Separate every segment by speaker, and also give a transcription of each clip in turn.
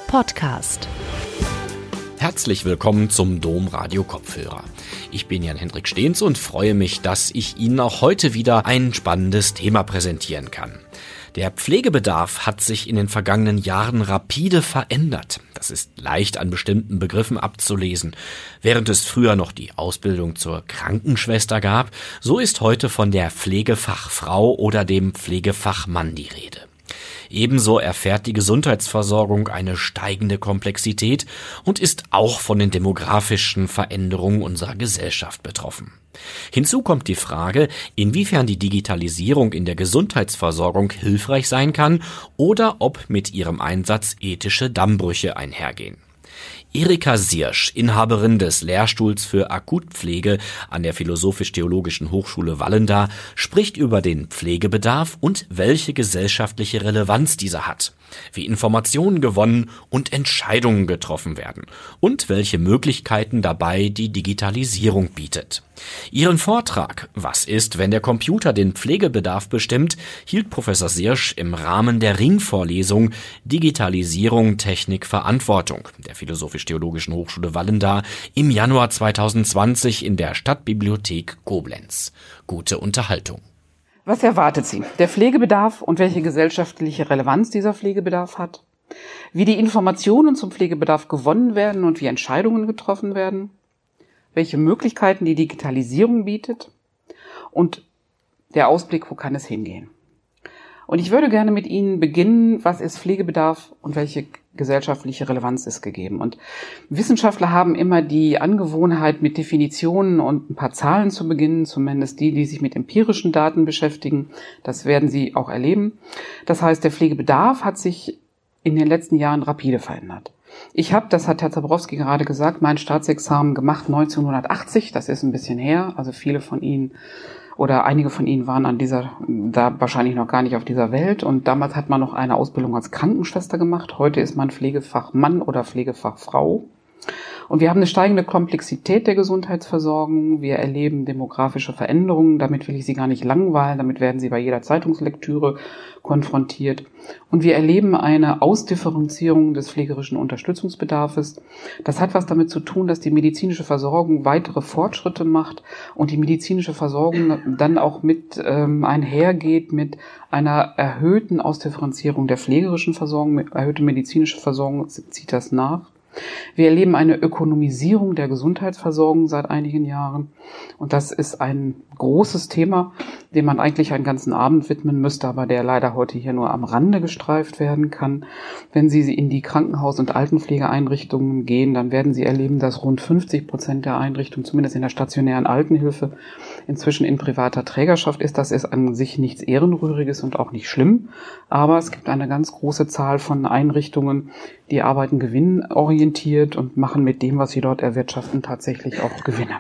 Speaker 1: Podcast.
Speaker 2: Herzlich willkommen zum Domradio Kopfhörer. Ich bin Jan-Hendrik Stehns und freue mich, dass ich Ihnen auch heute wieder ein spannendes Thema präsentieren kann. Der Pflegebedarf hat sich in den vergangenen Jahren rapide verändert. Das ist leicht an bestimmten Begriffen abzulesen. Während es früher noch die Ausbildung zur Krankenschwester gab, so ist heute von der Pflegefachfrau oder dem Pflegefachmann die Rede. Ebenso erfährt die Gesundheitsversorgung eine steigende Komplexität und ist auch von den demografischen Veränderungen unserer Gesellschaft betroffen. Hinzu kommt die Frage, inwiefern die Digitalisierung in der Gesundheitsversorgung hilfreich sein kann oder ob mit ihrem Einsatz ethische Dammbrüche einhergehen. Erika Siersch, Inhaberin des Lehrstuhls für Akutpflege an der Philosophisch-Theologischen Hochschule Wallenda, spricht über den Pflegebedarf und welche gesellschaftliche Relevanz dieser hat, wie Informationen gewonnen und Entscheidungen getroffen werden und welche Möglichkeiten dabei die Digitalisierung bietet. Ihren Vortrag "Was ist, wenn der Computer den Pflegebedarf bestimmt?" hielt Professor Siersch im Rahmen der Ringvorlesung Digitalisierung, Technik, Verantwortung der Philosophisch-Theologischen Hochschule Wallenda im Januar 2020 in der Stadtbibliothek Koblenz. Gute Unterhaltung.
Speaker 3: Was erwartet Sie? Der Pflegebedarf und welche gesellschaftliche Relevanz dieser Pflegebedarf hat? Wie die Informationen zum Pflegebedarf gewonnen werden und wie Entscheidungen getroffen werden? Welche Möglichkeiten die Digitalisierung bietet? Und der Ausblick, wo kann es hingehen? Und ich würde gerne mit Ihnen beginnen, was ist Pflegebedarf und welche gesellschaftliche Relevanz ist gegeben. Und Wissenschaftler haben immer die Angewohnheit, mit Definitionen und ein paar Zahlen zu beginnen, zumindest die sich mit empirischen Daten beschäftigen. Das werden Sie auch erleben. Das heißt, der Pflegebedarf hat sich in den letzten Jahren rapide verändert. Ich habe, das hat Herr Zabrowski gerade gesagt, mein Staatsexamen gemacht 1980. Das ist ein bisschen her. Also viele von Ihnen oder einige von Ihnen waren da wahrscheinlich noch gar nicht auf dieser Welt. Und damals hat man noch eine Ausbildung als Krankenschwester gemacht. Heute ist man Pflegefachmann oder Pflegefachfrau. Und wir haben eine steigende Komplexität der Gesundheitsversorgung. Wir erleben demografische Veränderungen. Damit will ich Sie gar nicht langweilen. Damit werden Sie bei jeder Zeitungslektüre konfrontiert. Und wir erleben eine Ausdifferenzierung des pflegerischen Unterstützungsbedarfs. Das hat was damit zu tun, dass die medizinische Versorgung weitere Fortschritte macht und die medizinische Versorgung dann auch mit einhergeht mit einer erhöhten Ausdifferenzierung der pflegerischen Versorgung. Erhöhte medizinische Versorgung zieht das nach. Wir erleben eine Ökonomisierung der Gesundheitsversorgung seit einigen Jahren. Und das ist ein großes Thema, dem man eigentlich einen ganzen Abend widmen müsste, aber der leider heute hier nur am Rande gestreift werden kann. Wenn Sie in die Krankenhaus- und Altenpflegeeinrichtungen gehen, dann werden Sie erleben, dass rund 50% der Einrichtungen, zumindest in der stationären Altenhilfe, inzwischen in privater Trägerschaft ist. Das ist an sich nichts Ehrenrühriges und auch nicht schlimm. Aber es gibt eine ganz große Zahl von Einrichtungen, die arbeiten gewinnorientiert und machen mit dem, was sie dort erwirtschaften, tatsächlich auch Gewinne.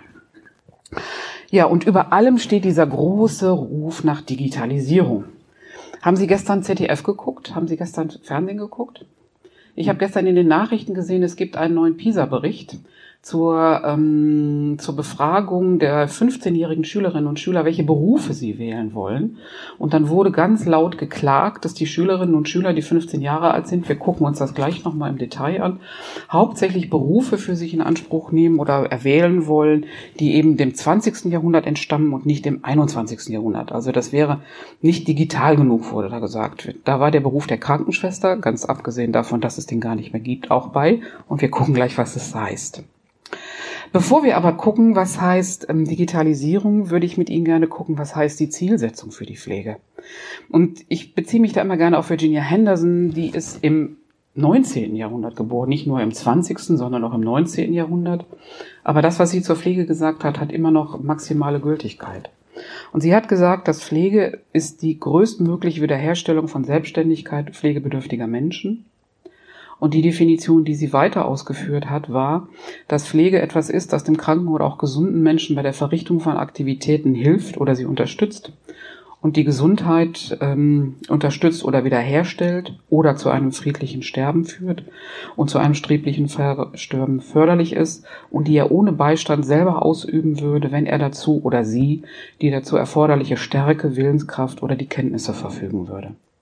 Speaker 3: Ja, und über allem steht dieser große Ruf nach Digitalisierung. Haben Sie gestern ZDF geguckt? Haben Sie gestern Fernsehen geguckt? Ich habe gestern in den Nachrichten gesehen, es gibt einen neuen PISA-Bericht zur Befragung der 15-jährigen Schülerinnen und Schüler, welche Berufe sie wählen wollen. Und dann wurde ganz laut geklagt, dass die Schülerinnen und Schüler, die 15 Jahre alt sind, wir gucken uns das gleich nochmal im Detail an, hauptsächlich Berufe für sich in Anspruch nehmen oder erwählen wollen, die eben dem 20. Jahrhundert entstammen und nicht dem 21. Jahrhundert. Also das wäre nicht digital genug, wurde da gesagt. Da war der Beruf der Krankenschwester, ganz abgesehen davon, dass es den gar nicht mehr gibt, auch bei. Und wir gucken gleich, was es heißt. Bevor wir aber gucken, was heißt Digitalisierung, würde ich mit Ihnen gerne gucken, was heißt die Zielsetzung für die Pflege. Und ich beziehe mich da immer gerne auf Virginia Henderson, die ist im 19. Jahrhundert geboren, nicht nur im 20., sondern auch im 19. Jahrhundert. Aber das, was sie zur Pflege gesagt hat, hat immer noch maximale Gültigkeit. Und sie hat gesagt, dass Pflege ist die größtmögliche Wiederherstellung von Selbstständigkeit pflegebedürftiger Menschen. Und die Definition, die sie weiter ausgeführt hat, war, dass Pflege etwas ist, das dem kranken oder auch gesunden Menschen bei der Verrichtung von Aktivitäten hilft oder sie unterstützt und die Gesundheit unterstützt oder wiederherstellt oder zu einem friedlichen Sterben führt und zu einem sträflichen Sterben förderlich ist und die er ohne Beistand selber ausüben würde, wenn er dazu oder sie die dazu erforderliche Stärke, Willenskraft oder die Kenntnisse verfügen würde.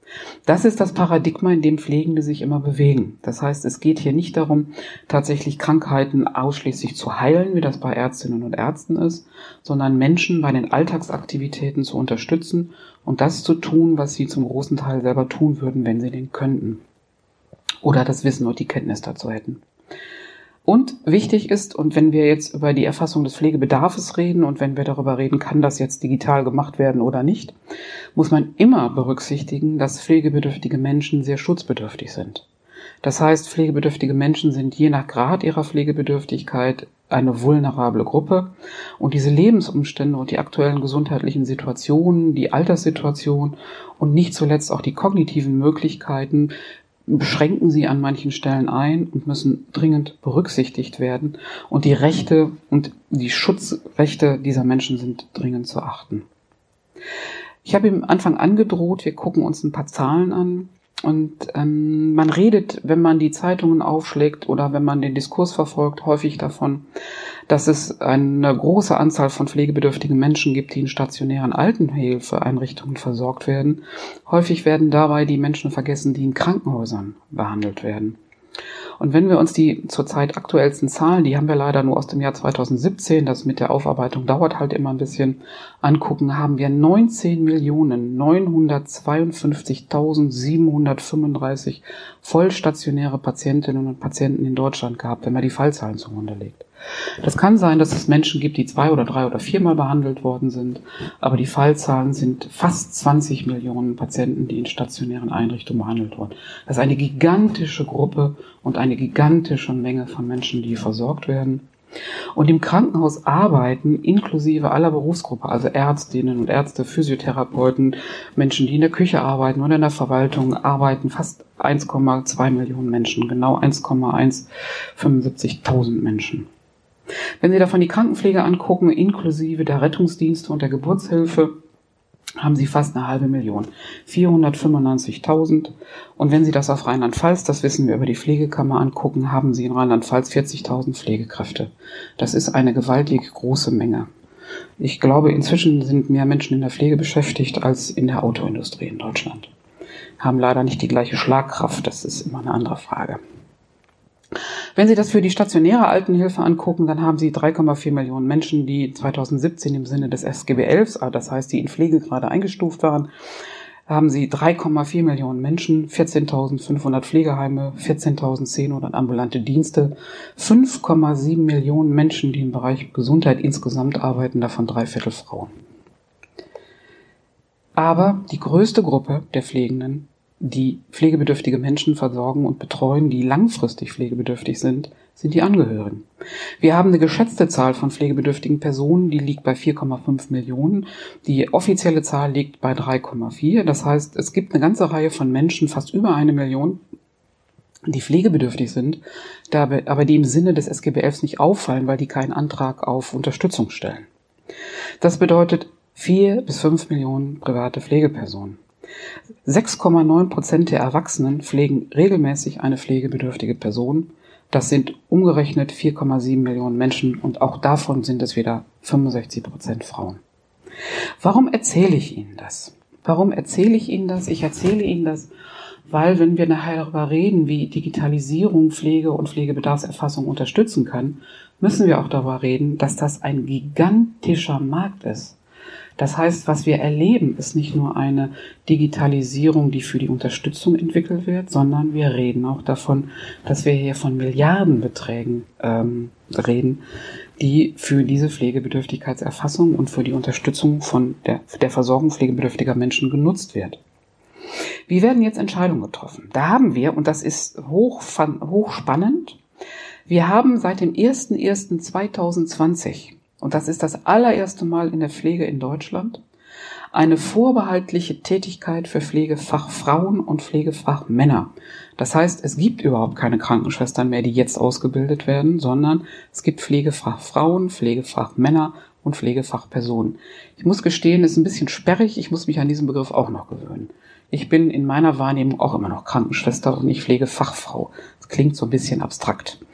Speaker 3: Das ist das Paradigma, in dem Pflegende sich immer bewegen. Das heißt, es geht hier nicht darum, tatsächlich Krankheiten ausschließlich zu heilen, wie das bei Ärztinnen und Ärzten ist, sondern Menschen bei den Alltagsaktivitäten zu unterstützen und das zu tun, was sie zum großen Teil selber tun würden, wenn sie den könnten. Oder das Wissen und die Kenntnis dazu hätten. Und wichtig ist, und wenn wir jetzt über die Erfassung des Pflegebedarfs reden und wenn wir darüber reden, kann das jetzt digital gemacht werden oder nicht, muss man immer berücksichtigen, dass pflegebedürftige Menschen sehr schutzbedürftig sind. Das heißt, pflegebedürftige Menschen sind je nach Grad ihrer Pflegebedürftigkeit eine vulnerable Gruppe und diese Lebensumstände und die aktuellen gesundheitlichen Situationen, die Alterssituation und nicht zuletzt auch die kognitiven Möglichkeiten beschränken sie an manchen Stellen ein und müssen dringend berücksichtigt werden. Und die Rechte und die Schutzrechte dieser Menschen sind dringend zu achten. Ich habe am Anfang angedroht, wir gucken uns ein paar Zahlen an. Und man redet, wenn man die Zeitungen aufschlägt oder wenn man den Diskurs verfolgt, häufig davon, dass es eine große Anzahl von pflegebedürftigen Menschen gibt, die in stationären Altenhilfeeinrichtungen versorgt werden. Häufig werden dabei die Menschen vergessen, die in Krankenhäusern behandelt werden. Und wenn wir uns die zurzeit aktuellsten Zahlen, die haben wir leider nur aus dem Jahr 2017, das mit der Aufarbeitung dauert halt immer ein bisschen, angucken, haben wir 19.952.735 vollstationäre Patientinnen und Patienten in Deutschland gehabt, wenn man die Fallzahlen zugrunde legt. Das kann sein, dass es Menschen gibt, die 2 oder 3 oder 4 Mal behandelt worden sind, aber die Fallzahlen sind fast 20 Millionen Patienten, die in stationären Einrichtungen behandelt wurden. Das ist eine gigantische Gruppe und eine gigantische Menge von Menschen, die versorgt werden. Und im Krankenhaus arbeiten inklusive aller Berufsgruppe, also Ärztinnen und Ärzte, Physiotherapeuten, Menschen, die in der Küche arbeiten oder in der Verwaltung arbeiten, fast 1,2 Millionen Menschen, genau 1,175.000 Menschen. Wenn Sie davon die Krankenpflege angucken, inklusive der Rettungsdienste und der Geburtshilfe, haben Sie fast 500.000, 495.000. Und wenn Sie das auf Rheinland-Pfalz, das wissen wir über die Pflegekammer, angucken, haben Sie in Rheinland-Pfalz 40.000 Pflegekräfte. Das ist eine gewaltig große Menge. Ich glaube, inzwischen sind mehr Menschen in der Pflege beschäftigt als in der Autoindustrie in Deutschland. Haben leider nicht die gleiche Schlagkraft, das ist immer eine andere Frage. Wenn Sie das für die stationäre Altenhilfe angucken, dann haben Sie 3,4 Millionen Menschen, die 2017 im Sinne des SGB XI, das heißt, die in Pflegegrade eingestuft waren, haben Sie 3,4 Millionen Menschen, 14.500 Pflegeheime, 14.000 Szene- und ambulante Dienste, 5,7 Millionen Menschen, die im Bereich Gesundheit insgesamt arbeiten, davon 3/4 Frauen. Aber die größte Gruppe der Pflegenden, die pflegebedürftige Menschen versorgen und betreuen, die langfristig pflegebedürftig sind, sind die Angehörigen. Wir haben eine geschätzte Zahl von pflegebedürftigen Personen, die liegt bei 4,5 Millionen. Die offizielle Zahl liegt bei 3,4. Das heißt, es gibt eine ganze Reihe von Menschen, fast über 1 Million, die pflegebedürftig sind, aber die im Sinne des SGB nicht auffallen, weil die keinen Antrag auf Unterstützung stellen. Das bedeutet 4 bis 5 Millionen private Pflegepersonen. 6,9% der Erwachsenen pflegen regelmäßig eine pflegebedürftige Person. Das sind umgerechnet 4,7 Millionen Menschen und auch davon sind es wieder 65% Frauen. Warum erzähle ich Ihnen das? Warum erzähle ich Ihnen das? Ich erzähle Ihnen das, weil wenn wir nachher darüber reden, wie Digitalisierung Pflege und Pflegebedarfserfassung unterstützen kann, müssen wir auch darüber reden, dass das ein gigantischer Markt ist. Das heißt, was wir erleben, ist nicht nur eine Digitalisierung, die für die Unterstützung entwickelt wird, sondern wir reden auch davon, dass wir hier von Milliardenbeträgen reden, die für diese Pflegebedürftigkeitserfassung und für die Unterstützung von der Versorgung pflegebedürftiger Menschen genutzt wird. Wie werden jetzt Entscheidungen getroffen? Da haben wir, und das ist hochspannend, wir haben seit dem 01.01.2020, und das ist das allererste Mal in der Pflege in Deutschland, eine vorbehaltliche Tätigkeit für Pflegefachfrauen und Pflegefachmänner. Das heißt, es gibt überhaupt keine Krankenschwestern mehr, die jetzt ausgebildet werden, sondern es gibt Pflegefachfrauen, Pflegefachmänner und Pflegefachpersonen. Ich muss gestehen, es ist ein bisschen sperrig, ich muss mich an diesen Begriff auch noch gewöhnen. Ich bin in meiner Wahrnehmung auch immer noch Krankenschwester und nicht Pflegefachfrau. Das klingt so ein bisschen abstrakt.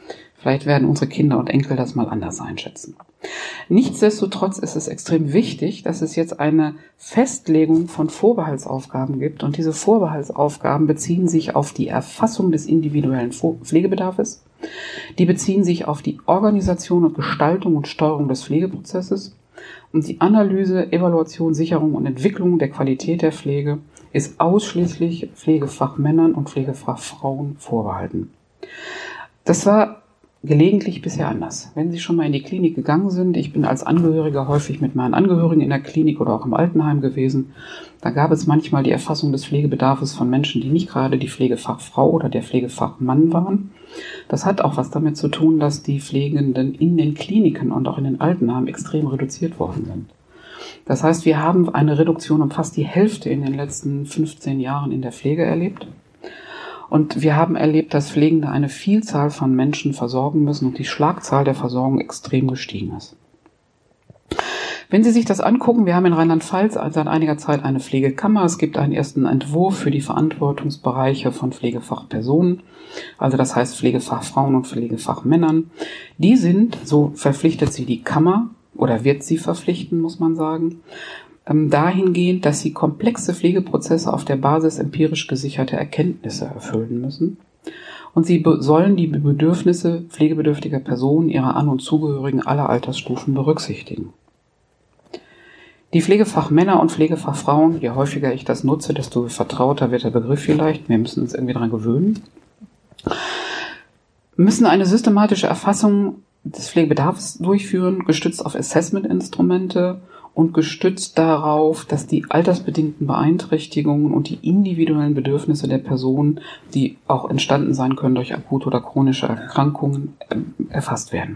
Speaker 3: Vielleicht werden unsere Kinder und Enkel das mal anders einschätzen. Nichtsdestotrotz ist es extrem wichtig, dass es jetzt eine Festlegung von Vorbehaltsaufgaben gibt. Und diese Vorbehaltsaufgaben beziehen sich auf die Erfassung des individuellen Pflegebedarfs. Die beziehen sich auf die Organisation und Gestaltung und Steuerung des Pflegeprozesses. Und die Analyse, Evaluation, Sicherung und Entwicklung der Qualität der Pflege ist ausschließlich Pflegefachmännern und Pflegefachfrauen vorbehalten. Das war gelegentlich bisher anders. Wenn Sie schon mal in die Klinik gegangen sind, ich bin als Angehöriger häufig mit meinen Angehörigen in der Klinik oder auch im Altenheim gewesen, da gab es manchmal die Erfassung des Pflegebedarfs von Menschen, die nicht gerade die Pflegefachfrau oder der Pflegefachmann waren. Das hat auch was damit zu tun, dass die Pflegenden in den Kliniken und auch in den Altenheimen extrem reduziert worden sind. Das heißt, wir haben eine Reduktion um fast die Hälfte in den letzten 15 Jahren in der Pflege erlebt. Und wir haben erlebt, dass Pflegende eine Vielzahl von Menschen versorgen müssen und die Schlagzahl der Versorgung extrem gestiegen ist. Wenn Sie sich das angucken, wir haben in Rheinland-Pfalz seit einiger Zeit eine Pflegekammer. Es gibt einen ersten Entwurf für die Verantwortungsbereiche von Pflegefachpersonen, also das heißt Pflegefachfrauen und Pflegefachmännern. Die sind, so verpflichtet sie die Kammer, oder wird sie verpflichten, muss man sagen, dahingehend, dass sie komplexe Pflegeprozesse auf der Basis empirisch gesicherter Erkenntnisse erfüllen müssen. Und sie sollen die Bedürfnisse pflegebedürftiger Personen, ihrer An- und Zugehörigen aller Altersstufen berücksichtigen. Die Pflegefachmänner und Pflegefachfrauen, je häufiger ich das nutze, desto vertrauter wird der Begriff vielleicht, wir müssen uns irgendwie daran gewöhnen, müssen eine systematische Erfassung des Pflegebedarfs durchführen, gestützt auf Assessment-Instrumente und gestützt darauf, dass die altersbedingten Beeinträchtigungen und die individuellen Bedürfnisse der Person, die auch entstanden sein können durch akute oder chronische Erkrankungen, erfasst werden.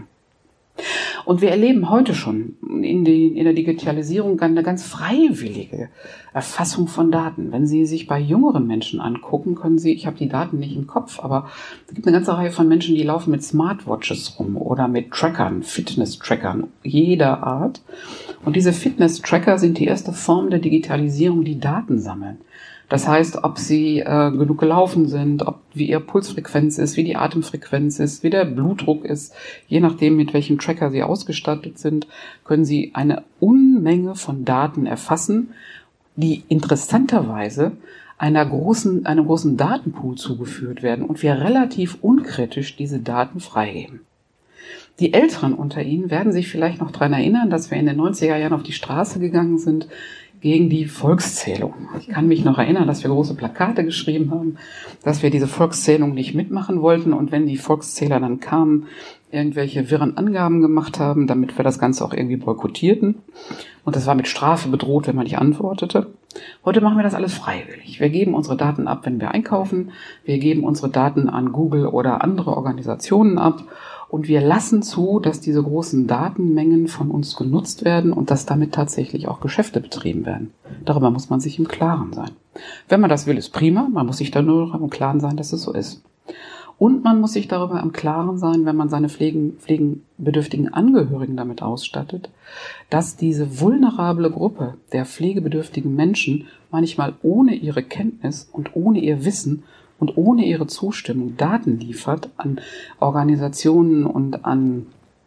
Speaker 3: Und wir erleben heute schon in der Digitalisierung eine ganz freiwillige Erfassung von Daten. Wenn Sie sich bei jüngeren Menschen angucken, können Sie, ich habe die Daten nicht im Kopf, aber es gibt eine ganze Reihe von Menschen, die laufen mit Smartwatches rum oder mit Trackern, Fitness-Trackern jeder Art. Und diese Fitness-Tracker sind die erste Form der Digitalisierung, die Daten sammeln. Das heißt, ob sie genug gelaufen sind, wie ihre Pulsfrequenz ist, wie die Atemfrequenz ist, wie der Blutdruck ist. Je nachdem, mit welchem Tracker sie ausgestattet sind, können sie eine Unmenge von Daten erfassen, die interessanterweise einem großen Datenpool zugeführt werden und wir relativ unkritisch diese Daten freigeben. Die Älteren unter Ihnen werden sich vielleicht noch daran erinnern, dass wir in den 90er Jahren auf die Straße gegangen sind gegen die Volkszählung. Ich kann mich noch erinnern, dass wir große Plakate geschrieben haben, dass wir diese Volkszählung nicht mitmachen wollten und wenn die Volkszähler dann kamen, irgendwelche wirren Angaben gemacht haben, damit wir das Ganze auch irgendwie boykottierten. Und das war mit Strafe bedroht, wenn man nicht antwortete. Heute machen wir das alles freiwillig. Wir geben unsere Daten ab, wenn wir einkaufen. Wir geben unsere Daten an Google oder andere Organisationen ab. Und wir lassen zu, dass diese großen Datenmengen von uns genutzt werden und dass damit tatsächlich auch Geschäfte betrieben werden. Darüber muss man sich im Klaren sein. Wenn man das will, ist prima. Man muss sich da nur im Klaren sein, dass es so ist. Und man muss sich darüber im Klaren sein, wenn man seine pflegebedürftigen Angehörigen damit ausstattet, dass diese vulnerable Gruppe der pflegebedürftigen Menschen manchmal ohne ihre Kenntnis und ohne ihr Wissen und ohne ihre Zustimmung Daten liefert an Organisationen und an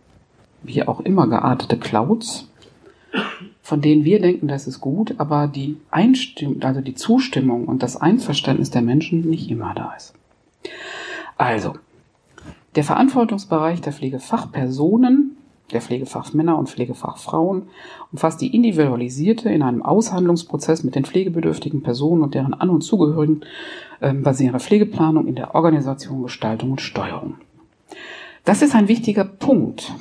Speaker 3: wie auch immer geartete Clouds, von denen wir denken, das ist gut, aber die Zustimmung und das Einverständnis der Menschen nicht immer da ist. Also, der Verantwortungsbereich der Pflegefachpersonen, der Pflegefachmänner und Pflegefachfrauen umfasst die individualisierte in einem Aushandlungsprozess mit den pflegebedürftigen Personen und deren An- und Zugehörigen basierende Pflegeplanung in der Organisation, Gestaltung und Steuerung. Das ist ein wichtiger Punkt.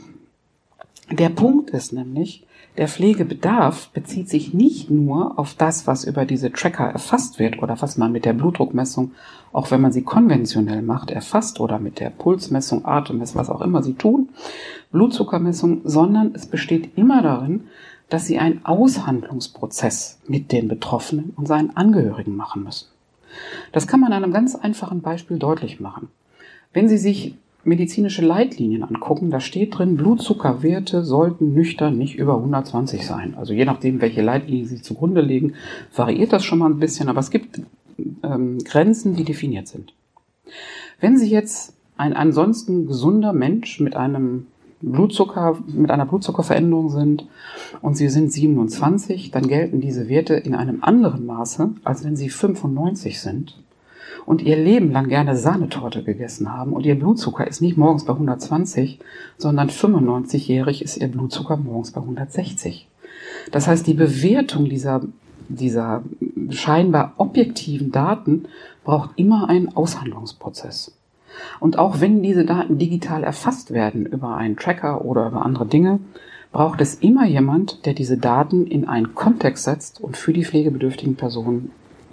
Speaker 3: Der Punkt ist nämlich, der Pflegebedarf bezieht sich nicht nur auf das, was über diese Tracker erfasst wird oder was man mit der Blutdruckmessung, auch wenn man sie konventionell macht, erfasst oder mit der Pulsmessung, Atemmessung, was auch immer sie tun, Blutzuckermessung, sondern es besteht immer darin, dass sie einen Aushandlungsprozess mit den Betroffenen und seinen Angehörigen machen müssen. Das kann man an einem ganz einfachen Beispiel deutlich machen. Wenn Sie sich medizinische Leitlinien angucken, da steht drin, Blutzuckerwerte sollten nüchtern nicht über 120 sein. Also je nachdem, welche Leitlinie Sie zugrunde legen, variiert das schon mal ein bisschen, aber es gibt Grenzen, die definiert sind. Wenn Sie jetzt ein ansonsten gesunder Mensch mit einer Blutzuckerveränderung sind und Sie sind 27, dann gelten diese Werte in einem anderen Maße, als wenn Sie 95 sind und Ihr Leben lang gerne Sahnetorte gegessen haben und Ihr Blutzucker ist nicht morgens bei 120, sondern 95-jährig ist Ihr Blutzucker morgens bei 160. Das heißt, die Bewertung dieser scheinbar objektiven Daten braucht immer einen Aushandlungsprozess. Und auch wenn diese Daten digital erfasst werden über einen Tracker oder über andere Dinge, braucht es immer jemand, der diese Daten in einen Kontext setzt und für die pflegebedürftigen Personen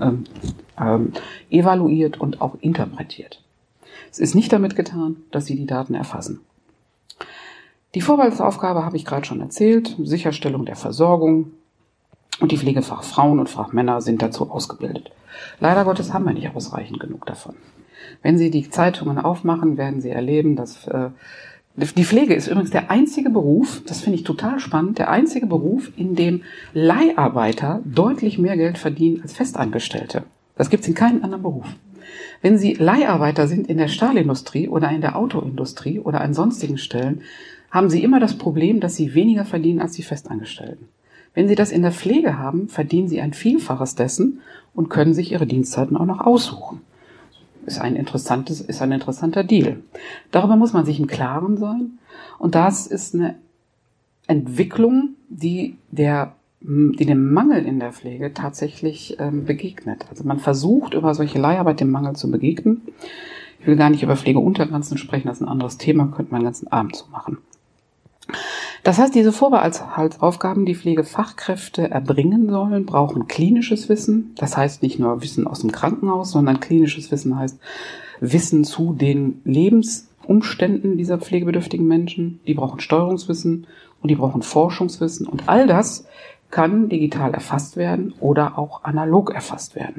Speaker 3: evaluiert und auch interpretiert. Es ist nicht damit getan, dass Sie die Daten erfassen. Die Vorwahlaufgabe habe ich gerade schon erzählt, Sicherstellung der Versorgung, und die Pflegefachfrauen und Fachmänner sind dazu ausgebildet. Leider Gottes haben wir nicht ausreichend genug davon. Wenn Sie die Zeitungen aufmachen, werden Sie erleben, dass die Pflege ist übrigens der einzige Beruf, das finde ich total spannend, der einzige Beruf, in dem Leiharbeiter deutlich mehr Geld verdienen als Festangestellte. Das gibt es in keinem anderen Beruf. Wenn Sie Leiharbeiter sind in der Stahlindustrie oder in der Autoindustrie oder an sonstigen Stellen, haben Sie immer das Problem, dass Sie weniger verdienen als die Festangestellten. Wenn Sie das in der Pflege haben, verdienen Sie ein Vielfaches dessen und können sich Ihre Dienstzeiten auch noch aussuchen. Ist ein interessanter Deal. Darüber muss man sich im Klaren sein. Und das ist eine Entwicklung, die dem Mangel in der Pflege tatsächlich begegnet. Also man versucht, über solche Leiharbeit dem Mangel zu begegnen. Ich will gar nicht über Pflegeuntergrenzen sprechen, das ist ein anderes Thema, könnte man den ganzen Abend zu machen. Das heißt, diese Vorbehaltsaufgaben, die Pflegefachkräfte erbringen sollen, brauchen klinisches Wissen. Das heißt nicht nur Wissen aus dem Krankenhaus, sondern klinisches Wissen heißt Wissen zu den Lebensumständen dieser pflegebedürftigen Menschen. Die brauchen Steuerungswissen und die brauchen Forschungswissen. Und all das kann digital erfasst werden oder auch analog erfasst werden.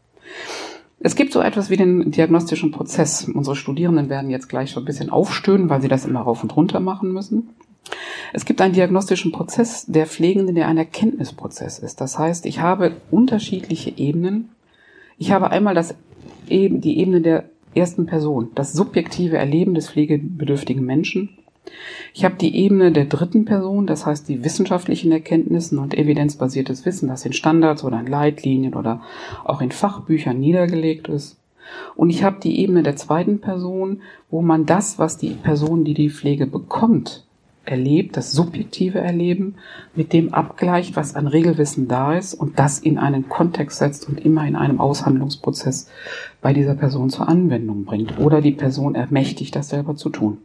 Speaker 3: Es gibt so etwas wie den diagnostischen Prozess. Unsere Studierenden werden jetzt gleich schon ein bisschen aufstöhnen, weil sie das immer rauf und runter machen müssen. Es gibt einen diagnostischen Prozess der Pflegenden, der ein Erkenntnisprozess ist. Das heißt, ich habe unterschiedliche Ebenen. Ich habe einmal die Ebene der ersten Person, das subjektive Erleben des pflegebedürftigen Menschen. Ich habe die Ebene der dritten Person, das heißt die wissenschaftlichen Erkenntnissen und evidenzbasiertes Wissen, das in Standards oder in Leitlinien oder auch in Fachbüchern niedergelegt ist. Und ich habe die Ebene der zweiten Person, wo man das, was die Person, die die Pflege bekommt, erlebt, das subjektive Erleben, mit dem abgleicht, was an Regelwissen da ist und das in einen Kontext setzt und immer in einem Aushandlungsprozess bei dieser Person zur Anwendung bringt oder die Person ermächtigt, das selber zu tun.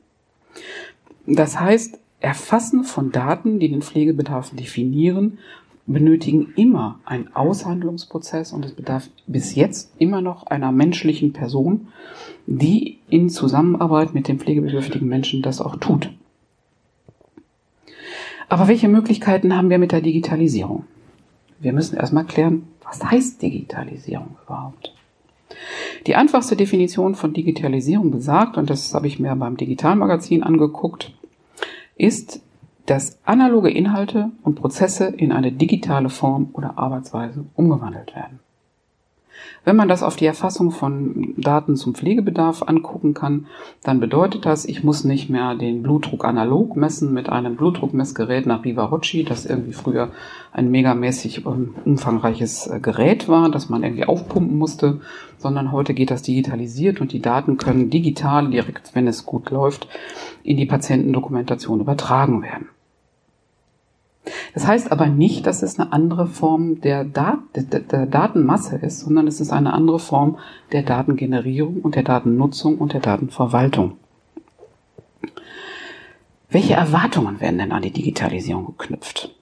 Speaker 3: Das heißt, Erfassen von Daten, die den Pflegebedarf definieren, benötigen immer einen Aushandlungsprozess und es bedarf bis jetzt immer noch einer menschlichen Person, die in Zusammenarbeit mit dem pflegebedürftigen Menschen das auch tut. Aber welche Möglichkeiten haben wir mit der Digitalisierung? Wir müssen erstmal klären, was heißt Digitalisierung überhaupt? Die einfachste Definition von Digitalisierung besagt, und das habe ich mir beim Digitalmagazin angeguckt, ist, dass analoge Inhalte und Prozesse in eine digitale Form oder Arbeitsweise umgewandelt werden. Wenn man das auf die Erfassung von Daten zum Pflegebedarf angucken kann, dann bedeutet das, ich muss nicht mehr den Blutdruck analog messen mit einem Blutdruckmessgerät nach Riva-Rocci, das irgendwie früher ein megamäßig umfangreiches Gerät war, das man irgendwie aufpumpen musste, sondern heute geht das digitalisiert und die Daten können digital direkt, wenn es gut läuft, in die Patientendokumentation übertragen werden. Das heißt aber nicht, dass es eine andere Form der Datenmasse ist, sondern es ist eine andere Form der Datengenerierung und der Datennutzung und der Datenverwaltung. Welche Erwartungen werden denn an die Digitalisierung geknüpft?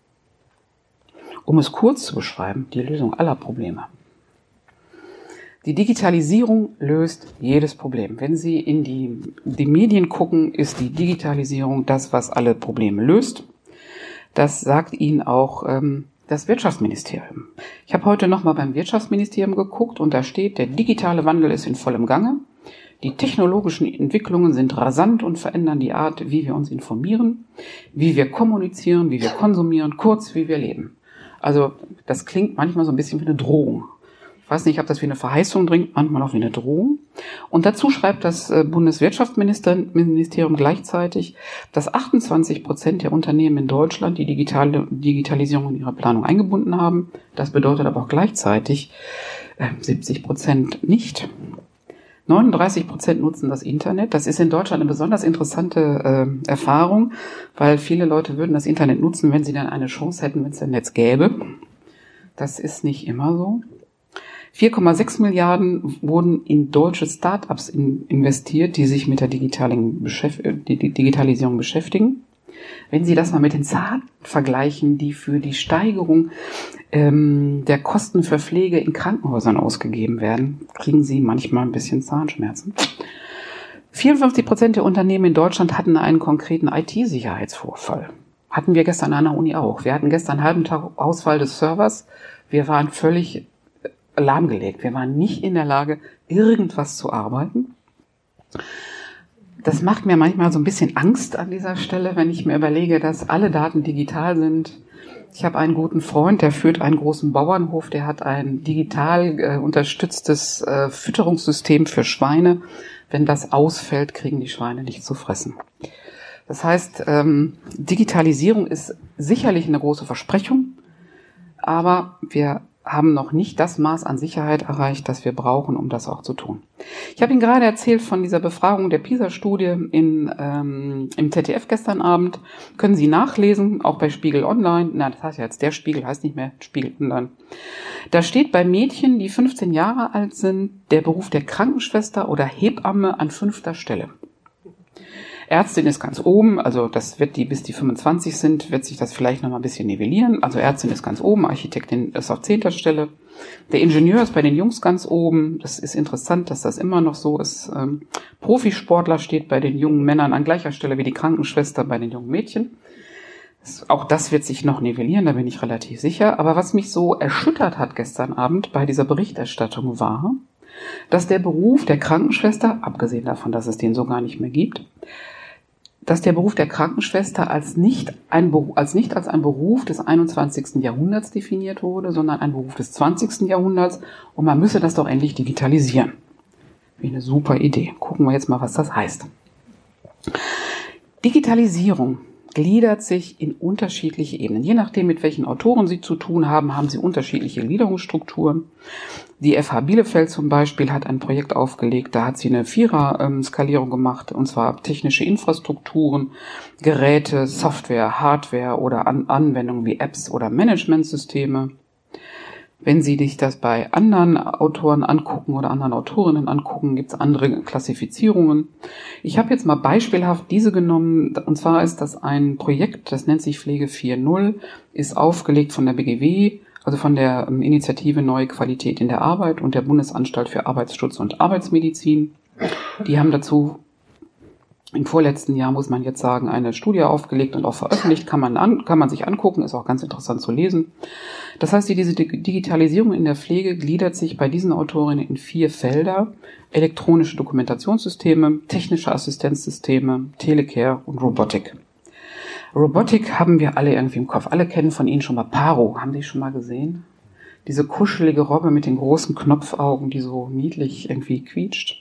Speaker 3: Um es kurz zu beschreiben, die Lösung aller Probleme. Die Digitalisierung löst jedes Problem. Wenn Sie in die Medien gucken, ist die Digitalisierung das, was alle Probleme löst. Das sagt Ihnen auch das Wirtschaftsministerium. Ich habe heute nochmal beim Wirtschaftsministerium geguckt und da steht, der digitale Wandel ist in vollem Gange. Die technologischen Entwicklungen sind rasant und verändern die Art, wie wir uns informieren, wie wir kommunizieren, wie wir konsumieren, kurz wie wir leben. Also das klingt manchmal so ein bisschen wie eine Drohung. Ich weiß nicht, ob das wie eine Verheißung dringt, manchmal auch wie eine Drohung. Und dazu schreibt das Bundeswirtschaftsministerium gleichzeitig, dass 28% der Unternehmen in Deutschland die Digitalisierung in ihre Planung eingebunden haben. Das bedeutet aber auch gleichzeitig 70% nicht. 39% nutzen das Internet. Das ist in Deutschland eine besonders interessante Erfahrung, weil viele Leute würden das Internet nutzen, wenn sie dann eine Chance hätten, wenn es ein Netz gäbe. Das ist nicht immer so. 4,6 Milliarden wurden in deutsche Start-ups investiert, die sich mit der Digitalisierung beschäftigen. Wenn Sie das mal mit den Zahlen vergleichen, die für die Steigerung der Kosten für Pflege in Krankenhäusern ausgegeben werden, kriegen Sie manchmal ein bisschen Zahnschmerzen. 54% der Unternehmen in Deutschland hatten einen konkreten IT-Sicherheitsvorfall. Hatten wir gestern an der Uni auch. Wir hatten gestern einen halben Tag Ausfall des Servers. Wir waren völlig lahmgelegt. Wir waren nicht in der Lage, irgendwas zu arbeiten. Das macht mir manchmal so ein bisschen Angst an dieser Stelle, wenn ich mir überlege, dass alle Daten digital sind. Ich habe einen guten Freund, der führt einen großen Bauernhof, der hat ein digital unterstütztes Fütterungssystem für Schweine. Wenn das ausfällt, kriegen die Schweine nicht zu fressen. Das heißt, Digitalisierung ist sicherlich eine große Versprechung, aber wir haben noch nicht das Maß an Sicherheit erreicht, das wir brauchen, um das auch zu tun. Ich habe Ihnen gerade erzählt von dieser Befragung der PISA-Studie im ZDF gestern Abend. Können Sie nachlesen, auch bei Spiegel Online. Na, das heißt ja jetzt der Spiegel, heißt nicht mehr Spiegel Online. Da steht bei Mädchen, die 15 Jahre alt sind, der Beruf der Krankenschwester oder Hebamme an 5. Stelle. Ärztin ist ganz oben, also das wird die, bis die 25 sind, wird sich das vielleicht noch mal ein bisschen nivellieren. Also Ärztin ist ganz oben, Architektin ist auf 10. Stelle. Der Ingenieur ist bei den Jungs ganz oben. Das ist interessant, dass das immer noch so ist. Profisportler steht bei den jungen Männern an gleicher Stelle wie die Krankenschwester bei den jungen Mädchen. Auch das wird sich noch nivellieren, da bin ich relativ sicher. Aber was mich so erschüttert hat gestern Abend bei dieser Berichterstattung war, dass der Beruf der Krankenschwester, abgesehen davon, dass es den so gar nicht mehr gibt, dass der Beruf der Krankenschwester als nicht als ein Beruf des 21. Jahrhunderts definiert wurde, sondern ein Beruf des 20. Jahrhunderts und man müsse das doch endlich digitalisieren. Wie eine super Idee. Gucken wir jetzt mal, was das heißt. Digitalisierung gliedert sich in unterschiedliche Ebenen. Je nachdem, mit welchen Autoren Sie zu tun haben, haben Sie unterschiedliche Gliederungsstrukturen. Die FH Bielefeld zum Beispiel hat ein Projekt aufgelegt, da hat sie eine 4er-Skalierung gemacht, und zwar technische Infrastrukturen, Geräte, Software, Hardware oder Anwendungen wie Apps oder Managementsysteme. Wenn Sie sich das bei anderen Autoren angucken oder anderen Autorinnen angucken, gibt es andere Klassifizierungen. Ich habe jetzt mal beispielhaft diese genommen, und zwar ist das ein Projekt, das nennt sich Pflege 4.0, ist aufgelegt von der BGW, also von der Initiative Neue Qualität in der Arbeit und der Bundesanstalt für Arbeitsschutz und Arbeitsmedizin. Die haben dazu im vorletzten Jahr, muss man jetzt sagen, eine Studie aufgelegt und auch veröffentlicht, kann man sich angucken, ist auch ganz interessant zu lesen. Das heißt, diese Digitalisierung in der Pflege gliedert sich bei diesen Autorinnen in 4 Felder: elektronische Dokumentationssysteme, technische Assistenzsysteme, Telecare und Robotik. Robotik haben wir alle irgendwie im Kopf. Alle kennen von Ihnen schon mal Paro. Haben Sie schon mal gesehen? Diese kuschelige Robbe mit den großen Knopfaugen, die so niedlich irgendwie quietscht.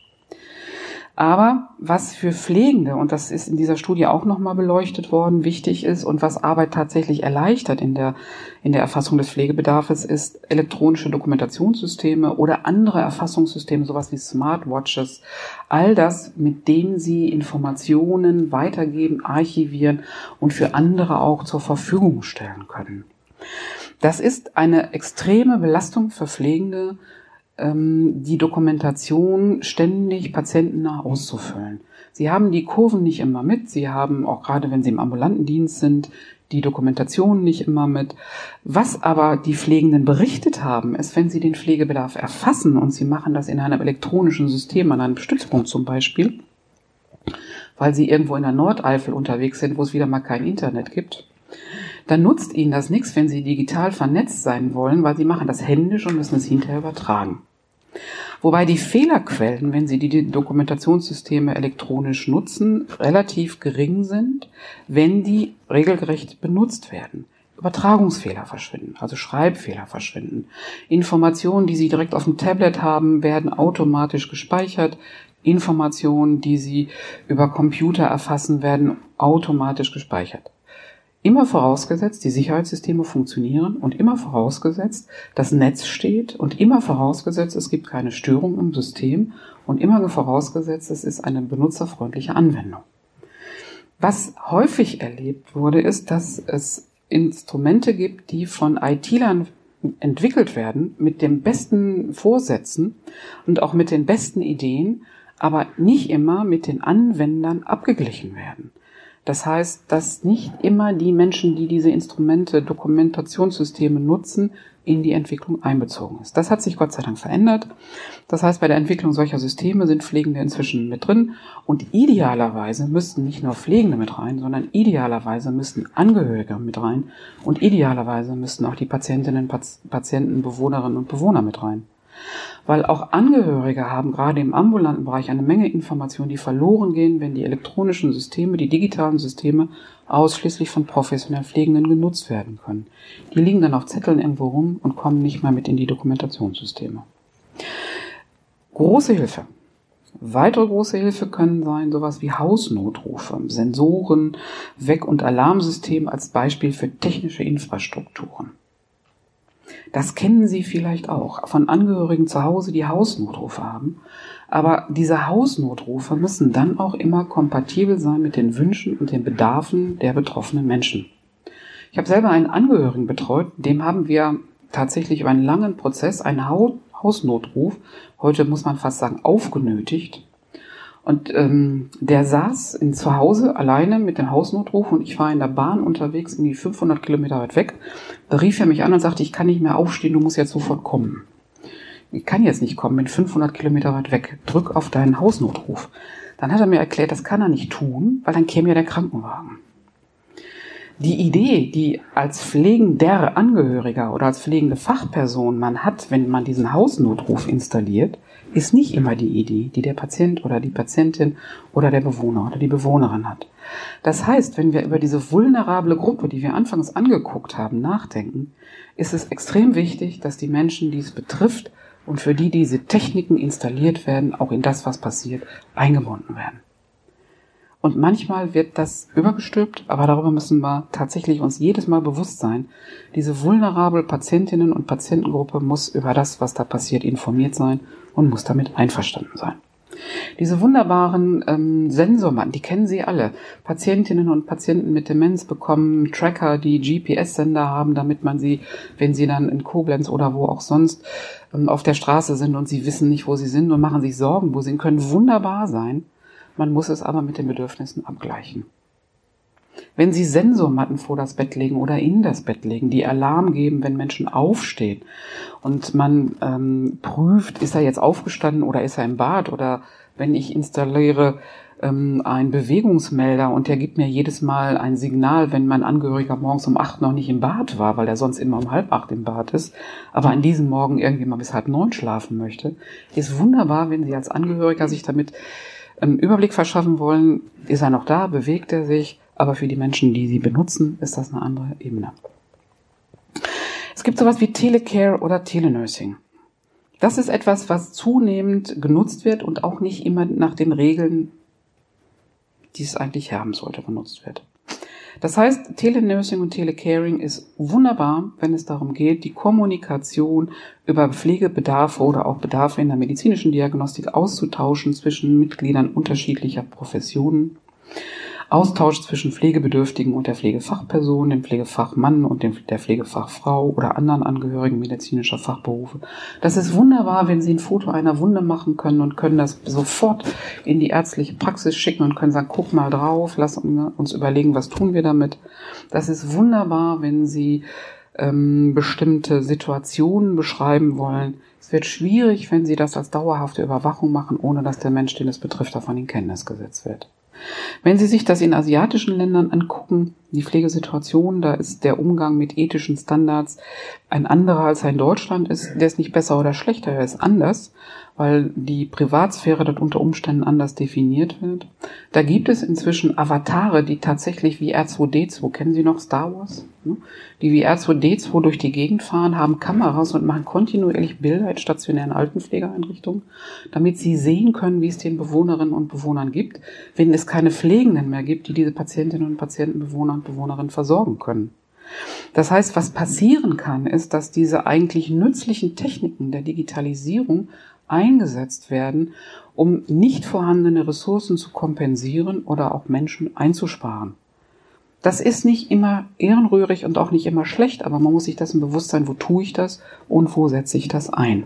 Speaker 3: Aber was für Pflegende, und das ist in dieser Studie auch nochmal beleuchtet worden, wichtig ist und was Arbeit tatsächlich erleichtert in der Erfassung des Pflegebedarfs, ist elektronische Dokumentationssysteme oder andere Erfassungssysteme, sowas wie Smartwatches. All das, mit denen Sie Informationen weitergeben, archivieren und für andere auch zur Verfügung stellen können. Das ist eine extreme Belastung für Pflegende, die Dokumentation ständig patientennah auszufüllen. Sie haben die Kurven nicht immer mit, Sie haben auch gerade, wenn Sie im ambulanten Dienst sind, die Dokumentation nicht immer mit. Was aber die Pflegenden berichtet haben, ist, wenn Sie den Pflegebedarf erfassen und Sie machen das in einem elektronischen System, an einem Stützpunkt zum Beispiel, weil Sie irgendwo in der Nordeifel unterwegs sind, wo es wieder mal kein Internet gibt, dann nutzt Ihnen das nichts, wenn Sie digital vernetzt sein wollen, weil Sie machen das händisch und müssen es hinterher übertragen. Wobei die Fehlerquellen, wenn Sie die Dokumentationssysteme elektronisch nutzen, relativ gering sind, wenn die regelgerecht benutzt werden. Übertragungsfehler verschwinden, also Schreibfehler verschwinden. Informationen, die Sie direkt auf dem Tablet haben, werden automatisch gespeichert. Informationen, die Sie über Computer erfassen, werden automatisch gespeichert. Immer vorausgesetzt, die Sicherheitssysteme funktionieren und immer vorausgesetzt, das Netz steht und immer vorausgesetzt, es gibt keine Störung im System und immer vorausgesetzt, es ist eine benutzerfreundliche Anwendung. Was häufig erlebt wurde, ist, dass es Instrumente gibt, die von IT-Lern entwickelt werden, mit den besten Vorsätzen und auch mit den besten Ideen, aber nicht immer mit den Anwendern abgeglichen werden. Das heißt, dass nicht immer die Menschen, die diese Instrumente, Dokumentationssysteme nutzen, in die Entwicklung einbezogen ist. Das hat sich Gott sei Dank verändert. Das heißt, bei der Entwicklung solcher Systeme sind Pflegende inzwischen mit drin und idealerweise müssten nicht nur Pflegende mit rein, sondern idealerweise müssten Angehörige mit rein und idealerweise müssten auch die Patientinnen, Patienten, Bewohnerinnen und Bewohner mit rein. Weil auch Angehörige haben gerade im ambulanten Bereich eine Menge Informationen, die verloren gehen, wenn die elektronischen Systeme, die digitalen Systeme ausschließlich von professionell Pflegenden genutzt werden können. Die liegen dann auf Zetteln irgendwo rum und kommen nicht mehr mit in die Dokumentationssysteme. Große Hilfe. Weitere große Hilfe können sein sowas wie Hausnotrufe, Sensoren, Weck- und Alarmsysteme als Beispiel für technische Infrastrukturen. Das kennen Sie vielleicht auch von Angehörigen zu Hause, die Hausnotrufe haben. Aber diese Hausnotrufe müssen dann auch immer kompatibel sein mit den Wünschen und den Bedarfen der betroffenen Menschen. Ich habe selber einen Angehörigen betreut, dem haben wir tatsächlich über einen langen Prozess einen Hausnotruf, heute muss man fast sagen, aufgenötigt. Und der saß zu Hause alleine mit dem Hausnotruf und ich war in der Bahn unterwegs, irgendwie 500 Kilometer weit weg. Da rief er mich an und sagte, ich kann nicht mehr aufstehen, du musst jetzt sofort kommen. Ich kann jetzt nicht kommen, bin 500 Kilometer weit weg. Drück auf deinen Hausnotruf. Dann hat er mir erklärt, das kann er nicht tun, weil dann käme ja der Krankenwagen. Die Idee, die als pflegender Angehöriger oder als pflegende Fachperson man hat, wenn man diesen Hausnotruf installiert, ist nicht immer die Idee, die der Patient oder die Patientin oder der Bewohner oder die Bewohnerin hat. Das heißt, wenn wir über diese vulnerable Gruppe, die wir anfangs angeguckt haben, nachdenken, ist es extrem wichtig, dass die Menschen, die es betrifft und für die diese Techniken installiert werden, auch in das, was passiert, eingebunden werden. Und manchmal wird das übergestülpt, aber darüber müssen wir tatsächlich uns jedes Mal bewusst sein. Diese vulnerable Patientinnen- und Patientengruppe muss über das, was da passiert, informiert sein und muss damit einverstanden sein. Diese wunderbaren Sensormatten, die kennen Sie alle. Patientinnen und Patienten mit Demenz bekommen Tracker, die GPS-Sender haben, damit man sie, wenn sie dann in Koblenz oder wo auch sonst auf der Straße sind und sie wissen nicht, wo sie sind und machen sich Sorgen, wo sie sind, können wunderbar sein. Man muss es aber mit den Bedürfnissen abgleichen. Wenn Sie Sensormatten vor das Bett legen oder in das Bett legen, die Alarm geben, wenn Menschen aufstehen und man prüft, ist er jetzt aufgestanden oder ist er im Bad, oder wenn ich installiere einen Bewegungsmelder und der gibt mir jedes Mal ein Signal, wenn mein Angehöriger morgens um 8 noch nicht im Bad war, weil er sonst immer um 7:30 im Bad ist, aber an diesem Morgen irgendwie mal bis 8:30 schlafen möchte, ist wunderbar, wenn Sie als Angehöriger sich damit einen Überblick verschaffen wollen, ist er noch da, bewegt er sich, aber für die Menschen, die sie benutzen, ist das eine andere Ebene. Es gibt sowas wie Telecare oder Telenursing. Das ist etwas, was zunehmend genutzt wird und auch nicht immer nach den Regeln, die es eigentlich haben sollte, genutzt wird. Das heißt, Telenursing und Telecaring ist wunderbar, wenn es darum geht, die Kommunikation über Pflegebedarfe oder auch Bedarfe in der medizinischen Diagnostik auszutauschen zwischen Mitgliedern unterschiedlicher Professionen. Austausch zwischen Pflegebedürftigen und der Pflegefachperson, dem Pflegefachmann und der Pflegefachfrau oder anderen Angehörigen medizinischer Fachberufe. Das ist wunderbar, wenn Sie ein Foto einer Wunde machen können und können das sofort in die ärztliche Praxis schicken und können sagen, guck mal drauf, lass uns überlegen, was tun wir damit. Das ist wunderbar, wenn Sie bestimmte Situationen beschreiben wollen. Es wird schwierig, wenn Sie das als dauerhafte Überwachung machen, ohne dass der Mensch, den es betrifft, davon in Kenntnis gesetzt wird. Wenn Sie sich das in asiatischen Ländern angucken, Die Pflegesituation, da ist der Umgang mit ethischen Standards ein anderer, als er in Deutschland ist. Der ist nicht besser oder schlechter, er ist anders, weil die Privatsphäre dort unter Umständen anders definiert wird. Da gibt es inzwischen Avatare, die tatsächlich wie R2D2, kennen Sie noch Star Wars? Die wie R2D2 durch die Gegend fahren, haben Kameras und machen kontinuierlich Bilder in stationären Altenpflegeeinrichtungen, damit sie sehen können, wie es den Bewohnerinnen und Bewohnern gibt, wenn es keine Pflegenden mehr gibt, die diese Patientinnen und Patienten, Bewohner und Bewohnerinnen versorgen können. Das heißt, was passieren kann, ist, dass diese eigentlich nützlichen Techniken der Digitalisierung eingesetzt werden, um nicht vorhandene Ressourcen zu kompensieren oder auch Menschen einzusparen. Das ist nicht immer ehrenrührig und auch nicht immer schlecht, aber man muss sich dessen bewusst sein, wo tue ich das und wo setze ich das ein.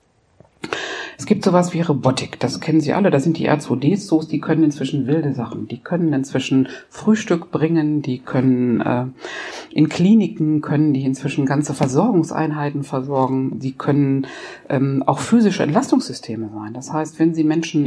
Speaker 3: Es gibt sowas wie Robotik, das kennen Sie alle, das sind die R2D2s, die können inzwischen wilde Sachen, die können inzwischen Frühstück bringen, die können in Kliniken, können die inzwischen ganze Versorgungseinheiten versorgen, die können auch physische Entlastungssysteme sein. Das heißt, wenn Sie Menschen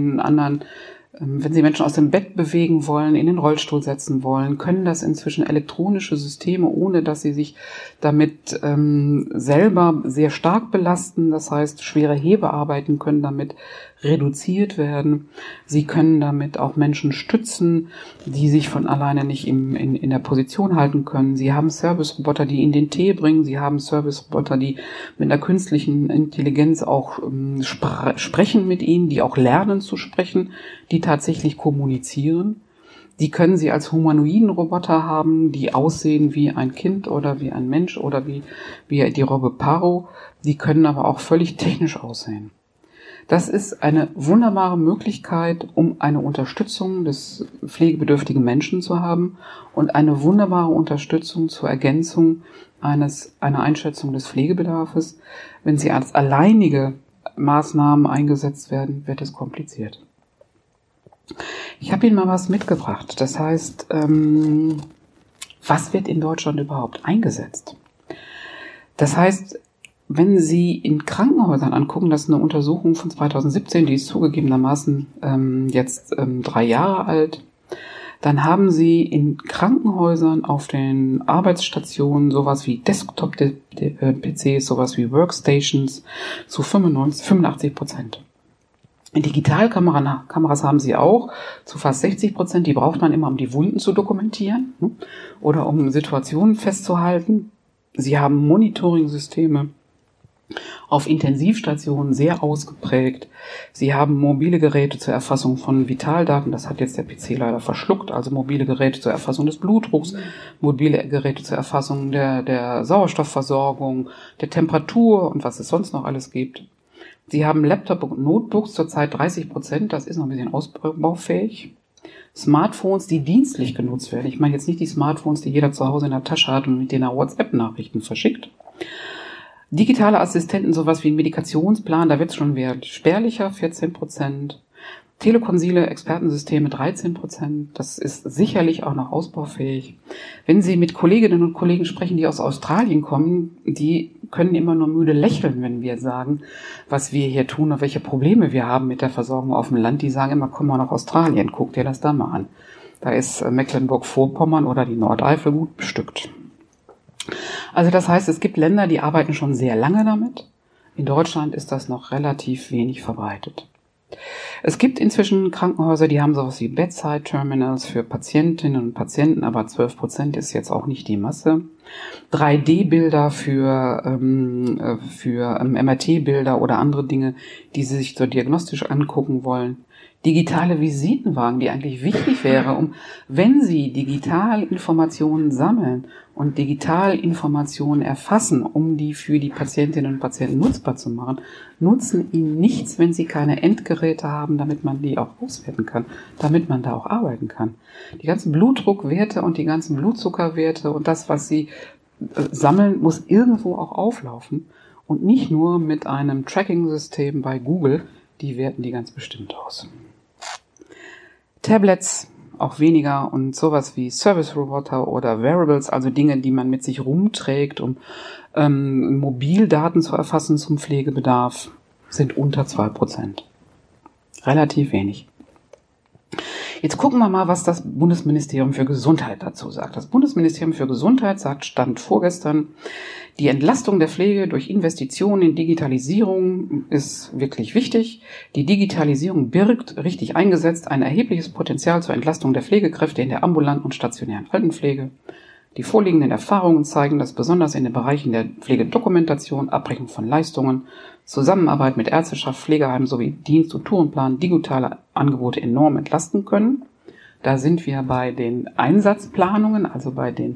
Speaker 3: wenn Sie Menschen aus dem Bett bewegen wollen, in den Rollstuhl setzen wollen, können das inzwischen elektronische Systeme, ohne dass sie sich damit selber sehr stark belasten. Das heißt, schwere Hebearbeiten können damit reduziert werden. Sie können damit auch Menschen stützen, die sich von alleine nicht in der Position halten können. Sie haben Service-Roboter, die Ihnen den Tee bringen. Sie haben Service-Roboter, die mit einer künstlichen Intelligenz auch sprechen mit Ihnen, die auch lernen zu sprechen, die tatsächlich kommunizieren. Die können Sie als humanoiden Roboter haben, die aussehen wie ein Kind oder wie ein Mensch oder wie die Robbe Paro. Die können aber auch völlig technisch aussehen. Das ist eine wunderbare Möglichkeit, um eine Unterstützung des pflegebedürftigen Menschen zu haben und eine wunderbare Unterstützung zur Ergänzung einer Einschätzung des Pflegebedarfs. Wenn sie als alleinige Maßnahmen eingesetzt werden, wird es kompliziert. Ich habe Ihnen mal was mitgebracht. Das heißt, was wird in Deutschland überhaupt eingesetzt? Das heißt, wenn Sie in Krankenhäusern angucken, das ist eine Untersuchung von 2017, die ist zugegebenermaßen jetzt 3 Jahre alt, dann haben Sie in Krankenhäusern auf den Arbeitsstationen sowas wie Desktop-PCs, sowas wie Workstations zu 85%. Digitalkameras haben Sie auch zu fast 60%. Die braucht man immer, um die Wunden zu dokumentieren oder um Situationen festzuhalten. Sie haben Monitoring-Systeme auf Intensivstationen sehr ausgeprägt. Sie haben mobile Geräte zur Erfassung von Vitaldaten. Das hat jetzt der PC leider verschluckt. Also mobile Geräte zur Erfassung des Blutdrucks, mobile Geräte zur Erfassung der Sauerstoffversorgung, der Temperatur und was es sonst noch alles gibt. Sie haben Laptop und Notebooks, zurzeit 30%. Das ist noch ein bisschen ausbaufähig. Smartphones, die dienstlich genutzt werden. Ich meine jetzt nicht die Smartphones, die jeder zu Hause in der Tasche hat und mit denen er WhatsApp-Nachrichten verschickt. Digitale Assistenten, sowas wie ein Medikationsplan, da wird es schon wieder spärlicher, 14%. Telekonsile, Expertensysteme, 13%. Das ist sicherlich auch noch ausbaufähig. Wenn Sie mit Kolleginnen und Kollegen sprechen, die aus Australien kommen, die können immer nur müde lächeln, wenn wir sagen, was wir hier tun und welche Probleme wir haben mit der Versorgung auf dem Land. Die sagen immer, komm mal nach Australien, guck dir das da mal an. Da ist Mecklenburg-Vorpommern oder die Nordeifel gut bestückt. Also das heißt, es gibt Länder, die arbeiten schon sehr lange damit. In Deutschland ist das noch relativ wenig verbreitet. Es gibt inzwischen Krankenhäuser, die haben sowas wie Bedside-Terminals für Patientinnen und Patienten, aber 12% ist jetzt auch nicht die Masse. 3D-Bilder für MRT-Bilder oder andere Dinge, die Sie sich so diagnostisch angucken wollen. Digitale Visitenwagen, die eigentlich wichtig wäre, wenn Sie digital Informationen sammeln und digital Informationen erfassen, um die für die Patientinnen und Patienten nutzbar zu machen, nutzen Ihnen nichts, wenn Sie keine Endgeräte haben, damit man die auch auswerten kann, damit man da auch arbeiten kann. Die ganzen Blutdruckwerte und die ganzen Blutzuckerwerte und das, was Sie sammeln, muss irgendwo auch auflaufen und nicht nur mit einem Tracking-System bei Google, die werten die ganz bestimmt aus. Tablets auch weniger und sowas wie Service-Roboter oder Wearables, also Dinge, die man mit sich rumträgt, um Mobildaten zu erfassen zum Pflegebedarf, sind unter 2%. Relativ wenig. Jetzt gucken wir mal, was das Bundesministerium für Gesundheit dazu sagt. Das Bundesministerium für Gesundheit sagt, Stand vorgestern, die Entlastung der Pflege durch Investitionen in Digitalisierung ist wirklich wichtig. Die Digitalisierung birgt, richtig eingesetzt, ein erhebliches Potenzial zur Entlastung der Pflegekräfte in der ambulanten und stationären Altenpflege. Die vorliegenden Erfahrungen zeigen, dass besonders in den Bereichen der Pflegedokumentation, Abrechnung von Leistungen, Zusammenarbeit mit Ärzteschaft, Pflegeheimen sowie Dienst- und Tourenplan digitale Angebote enorm entlasten können. Da sind wir bei den Einsatzplanungen, also bei den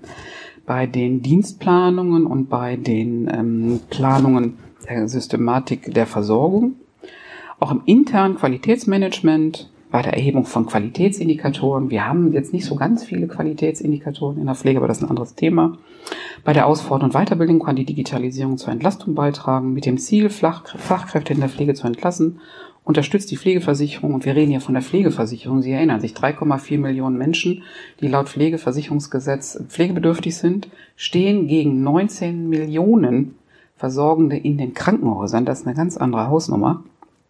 Speaker 3: Dienstplanungen und bei den Planungen der Systematik der Versorgung. Auch im internen Qualitätsmanagement, bei der Erhebung von Qualitätsindikatoren. Wir haben jetzt nicht so ganz viele Qualitätsindikatoren in der Pflege, aber das ist ein anderes Thema. Bei der Ausfort- und Weiterbildung kann die Digitalisierung zur Entlastung beitragen, mit dem Ziel, Fachkräfte in der Pflege zu entlassen, unterstützt die Pflegeversicherung, und wir reden hier von der Pflegeversicherung, Sie erinnern sich, 3,4 Millionen Menschen, die laut Pflegeversicherungsgesetz pflegebedürftig sind, stehen gegen 19 Millionen Versorgende in den Krankenhäusern. Das ist eine ganz andere Hausnummer.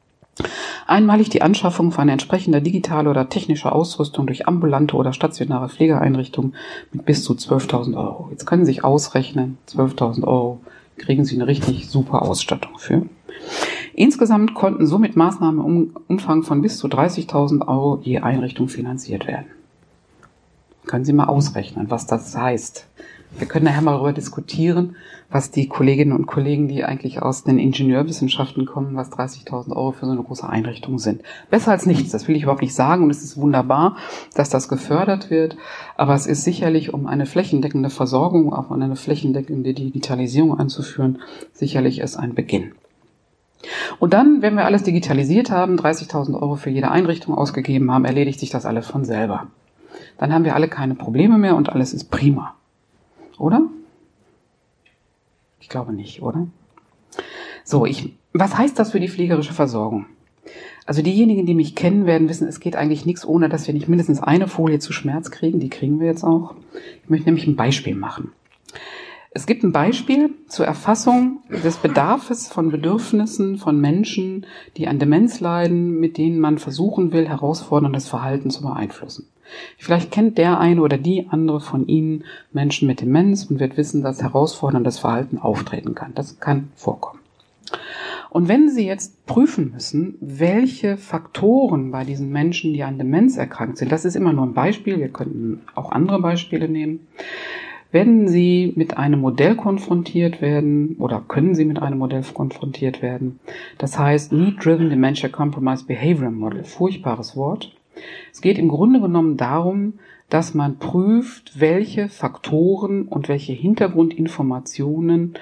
Speaker 3: Einmalig die Anschaffung von entsprechender digitaler oder technischer Ausrüstung durch ambulante oder stationäre Pflegeeinrichtungen mit bis zu 12.000 Euro. Jetzt können Sie sich ausrechnen, 12.000 Euro kriegen Sie eine richtig super Ausstattung für. Insgesamt konnten somit Maßnahmen im Umfang von bis zu 30.000 Euro je Einrichtung finanziert werden. Können Sie mal ausrechnen, was das heißt. Wir können nachher mal darüber diskutieren, was die Kolleginnen und Kollegen, die eigentlich aus den Ingenieurwissenschaften kommen, was 30.000 Euro für so eine große Einrichtung sind. Besser als nichts, das will ich überhaupt nicht sagen, und es ist wunderbar, dass das gefördert wird, aber es ist sicherlich, um eine flächendeckende Versorgung, auch eine flächendeckende Digitalisierung einzuführen, sicherlich ist ein Beginn. Und dann, wenn wir alles digitalisiert haben, 30.000 Euro für jede Einrichtung ausgegeben haben, erledigt sich das alles von selber. Dann haben wir alle keine Probleme mehr und alles ist prima. Oder? Ich glaube nicht, oder? So, was heißt das für die pflegerische Versorgung? Also diejenigen, die mich kennen, werden wissen, es geht eigentlich nichts, ohne dass wir nicht mindestens eine Folie zu Schmerz kriegen. Die kriegen wir jetzt auch. Ich möchte nämlich ein Beispiel machen. Es gibt ein Beispiel zur Erfassung des Bedarfes von Bedürfnissen von Menschen, die an Demenz leiden, mit denen man versuchen will, herausforderndes Verhalten zu beeinflussen. Vielleicht kennt der eine oder die andere von Ihnen Menschen mit Demenz und wird wissen, dass herausforderndes Verhalten auftreten kann. Das kann vorkommen. Und wenn Sie jetzt prüfen müssen, welche Faktoren bei diesen Menschen, die an Demenz erkrankt sind, das ist immer nur ein Beispiel, wir könnten auch andere Beispiele nehmen, werden Sie mit einem Modell konfrontiert werden oder können Sie mit einem Modell konfrontiert werden. Das heißt Need-Driven Dementia Compromise Behavior Model, furchtbares Wort. Es geht im Grunde genommen darum, dass man prüft, welche Faktoren und welche Hintergrundinformationen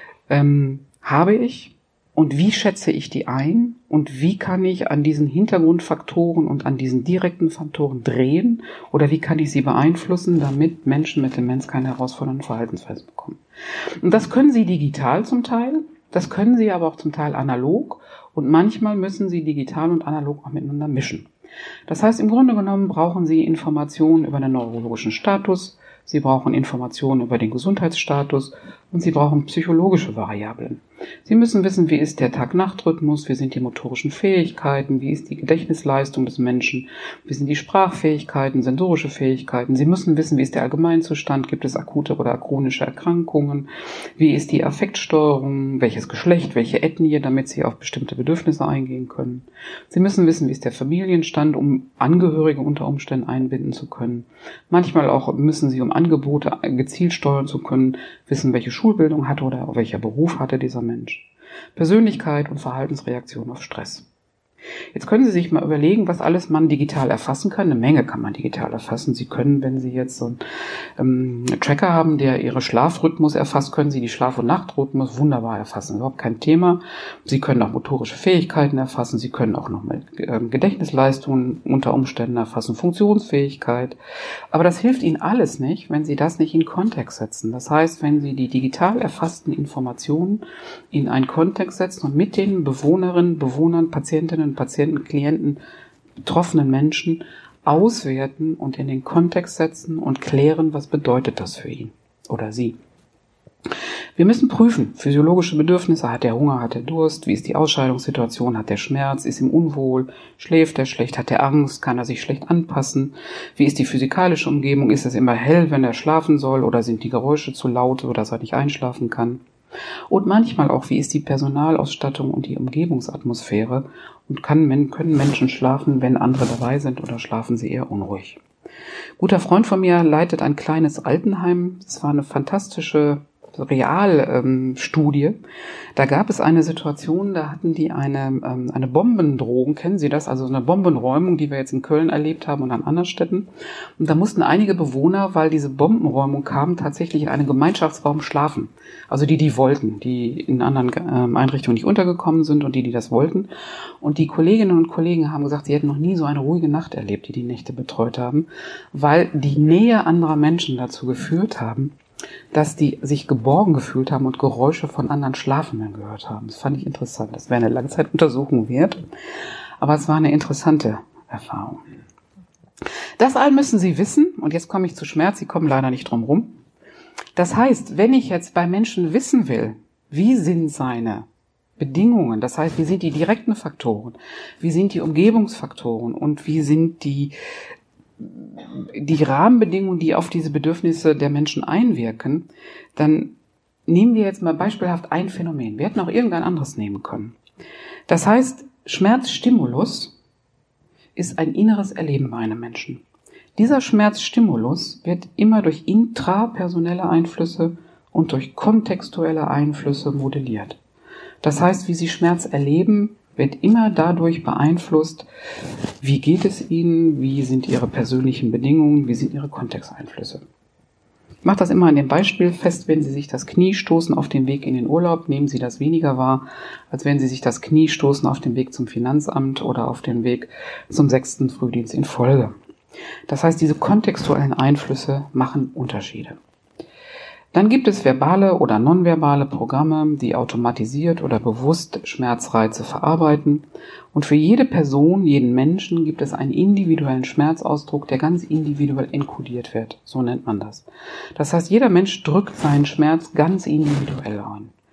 Speaker 3: habe ich und wie schätze ich die ein und wie kann ich an diesen Hintergrundfaktoren und an diesen direkten Faktoren drehen oder wie kann ich sie beeinflussen, damit Menschen mit Demenz keine herausfordernden Verhaltensweisen bekommen. Und das können Sie digital zum Teil, das können Sie aber auch zum Teil analog und manchmal müssen Sie digital und analog auch miteinander mischen. Das heißt, im Grunde genommen brauchen Sie Informationen über den neurologischen Status, Sie brauchen Informationen über den Gesundheitsstatus und Sie brauchen psychologische Variablen. Sie müssen wissen, wie ist der Tag-Nacht-Rhythmus, wie sind die motorischen Fähigkeiten, wie ist die Gedächtnisleistung des Menschen, wie sind die Sprachfähigkeiten, sensorische Fähigkeiten. Sie müssen wissen, wie ist der Allgemeinzustand, gibt es akute oder chronische Erkrankungen, wie ist die Affektsteuerung, welches Geschlecht, welche Ethnie, damit Sie auf bestimmte Bedürfnisse eingehen können. Sie müssen wissen, wie ist der Familienstand, um Angehörige unter Umständen einbinden zu können. Manchmal auch müssen Sie, um Angebote gezielt steuern zu können, wissen, welche Schulbildung hatte oder welcher Beruf hatte dieser Mensch. Persönlichkeit und Verhaltensreaktion auf Stress. Jetzt können Sie sich mal überlegen, was alles man digital erfassen kann. Eine Menge kann man digital erfassen. Sie können, wenn Sie jetzt so einen Tracker haben, der Ihre Schlafrhythmus erfasst, können Sie die Schlaf- und Nachtrhythmus wunderbar erfassen. Überhaupt kein Thema. Sie können auch motorische Fähigkeiten erfassen. Sie können auch noch mit Gedächtnisleistungen unter Umständen erfassen, Funktionsfähigkeit. Aber das hilft Ihnen alles nicht, wenn Sie das nicht in Kontext setzen. Das heißt, wenn Sie die digital erfassten Informationen in einen Kontext setzen und mit den Bewohnern, Patientinnen, Patienten, Klienten, betroffenen Menschen auswerten und in den Kontext setzen und klären, was bedeutet das für ihn oder sie. Wir müssen prüfen, physiologische Bedürfnisse, hat der Hunger, hat der Durst, wie ist die Ausscheidungssituation, hat der Schmerz, ist ihm unwohl, schläft er schlecht, hat er Angst, kann er sich schlecht anpassen, wie ist die physikalische Umgebung, ist es immer hell, wenn er schlafen soll oder sind die Geräusche zu laut, sodass er nicht einschlafen kann. Und manchmal auch, wie ist die Personalausstattung und die Umgebungsatmosphäre und können Menschen schlafen, wenn andere dabei sind oder schlafen sie eher unruhig. Ein guter Freund von mir leitet ein kleines Altenheim, das war eine fantastische Realstudie. Da gab es eine Situation, da hatten die eine Bombendrohung, kennen Sie das? Also eine Bombenräumung, die wir jetzt in Köln erlebt haben und an anderen Städten. Und da mussten einige Bewohner, weil diese Bombenräumung kam, tatsächlich in einem Gemeinschaftsraum schlafen. Also die wollten, die in anderen Einrichtungen nicht untergekommen sind und die das wollten. Und die Kolleginnen und Kollegen haben gesagt, sie hätten noch nie so eine ruhige Nacht erlebt, die Nächte betreut haben, weil die Nähe anderer Menschen dazu geführt haben, dass die sich geborgen gefühlt haben und Geräusche von anderen Schlafenden gehört haben. Das fand ich interessant. Das wäre eine Langzeituntersuchung wert. Aber es war eine interessante Erfahrung. Das all müssen Sie wissen. Und jetzt komme ich zu Schmerz. Sie kommen leider nicht drum rum. Das heißt, wenn ich jetzt bei Menschen wissen will, wie sind seine Bedingungen, das heißt, wie sind die direkten Faktoren, wie sind die Umgebungsfaktoren und wie sind die Rahmenbedingungen, die auf diese Bedürfnisse der Menschen einwirken, dann nehmen wir jetzt mal beispielhaft ein Phänomen. Wir hätten auch irgendein anderes nehmen können. Das heißt, Schmerzstimulus ist ein inneres Erleben bei einem Menschen. Dieser Schmerzstimulus wird immer durch intrapersonelle Einflüsse und durch kontextuelle Einflüsse modelliert. Das heißt, wie Sie Schmerz erleben, wird immer dadurch beeinflusst, wie geht es Ihnen, wie sind Ihre persönlichen Bedingungen, wie sind Ihre Kontexteinflüsse. Ich mache das immer an dem Beispiel fest, wenn Sie sich das Knie stoßen auf dem Weg in den Urlaub, nehmen Sie das weniger wahr, als wenn Sie sich das Knie stoßen auf dem Weg zum Finanzamt oder auf dem Weg zum 6. Frühdienst in Folge. Das heißt, diese kontextuellen Einflüsse machen Unterschiede. Dann gibt es verbale oder nonverbale Programme, die automatisiert oder bewusst Schmerzreize verarbeiten. Und für jede Person, jeden Menschen gibt es einen individuellen Schmerzausdruck, der ganz individuell enkodiert wird. So nennt man das. Das heißt, jeder Mensch drückt seinen Schmerz ganz individuell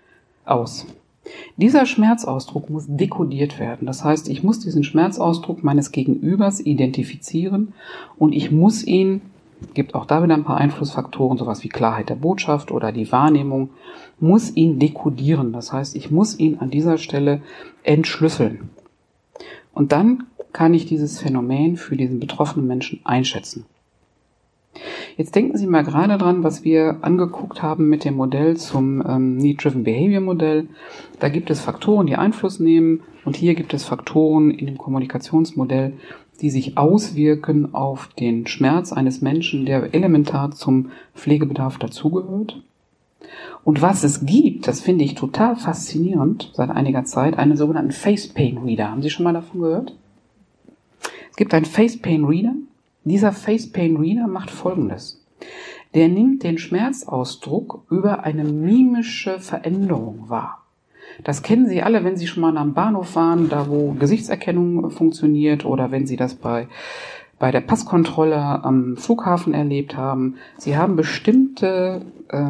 Speaker 3: aus. Dieser Schmerzausdruck muss dekodiert werden. Das heißt, ich muss diesen Schmerzausdruck meines Gegenübers identifizieren und ich muss ihn, gibt auch da wieder ein paar Einflussfaktoren, sowas wie Klarheit der Botschaft oder die Wahrnehmung, muss ihn dekodieren. Das heißt, ich muss ihn an dieser Stelle entschlüsseln. Und dann kann ich dieses Phänomen für diesen betroffenen Menschen einschätzen. Jetzt denken Sie mal gerade dran, was wir angeguckt haben mit dem Modell zum Need-Driven Behavior Modell. Da gibt es Faktoren, die Einfluss nehmen, und hier gibt es Faktoren in dem Kommunikationsmodell, die sich auswirken auf den Schmerz eines Menschen, der elementar zum Pflegebedarf dazugehört. Und was es gibt, das finde ich total faszinierend seit einiger Zeit, einen sogenannten Face Pain Reader. Haben Sie schon mal davon gehört? Es gibt einen Face Pain Reader. Dieser Face Pain Reader macht Folgendes. Der nimmt den Schmerzausdruck über eine mimische Veränderung wahr. Das kennen Sie alle, wenn Sie schon mal am Bahnhof waren, da wo Gesichtserkennung funktioniert, oder wenn Sie das bei der Passkontrolle am Flughafen erlebt haben. Sie haben bestimmte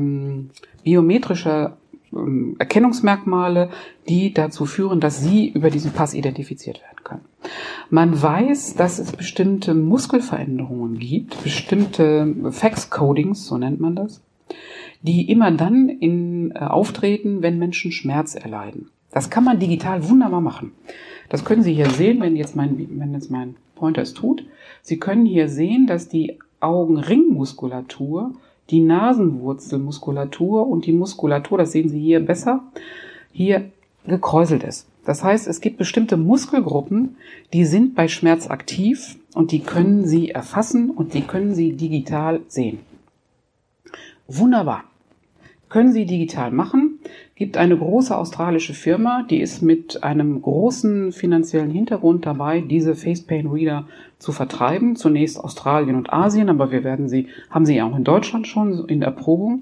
Speaker 3: biometrische Erkennungsmerkmale, die dazu führen, dass Sie über diesen Pass identifiziert werden können. Man weiß, dass es bestimmte Muskelveränderungen gibt, bestimmte Fax-Codings, so nennt man das, die immer dann auftreten, wenn Menschen Schmerz erleiden. Das kann man digital wunderbar machen. Das können Sie hier sehen, wenn jetzt mein Pointer es tut. Sie können hier sehen, dass die Augenringmuskulatur, die Nasenwurzelmuskulatur und die Muskulatur, das sehen Sie hier besser, hier gekräuselt ist. Das heißt, es gibt bestimmte Muskelgruppen, die sind bei Schmerz aktiv und die können Sie erfassen und die können Sie digital sehen. Wunderbar. Können Sie digital machen. Gibt eine große australische Firma, die ist mit einem großen finanziellen Hintergrund dabei, diese Face Pain Reader zu vertreiben. Zunächst Australien und Asien, aber haben sie ja auch in Deutschland schon in Erprobung.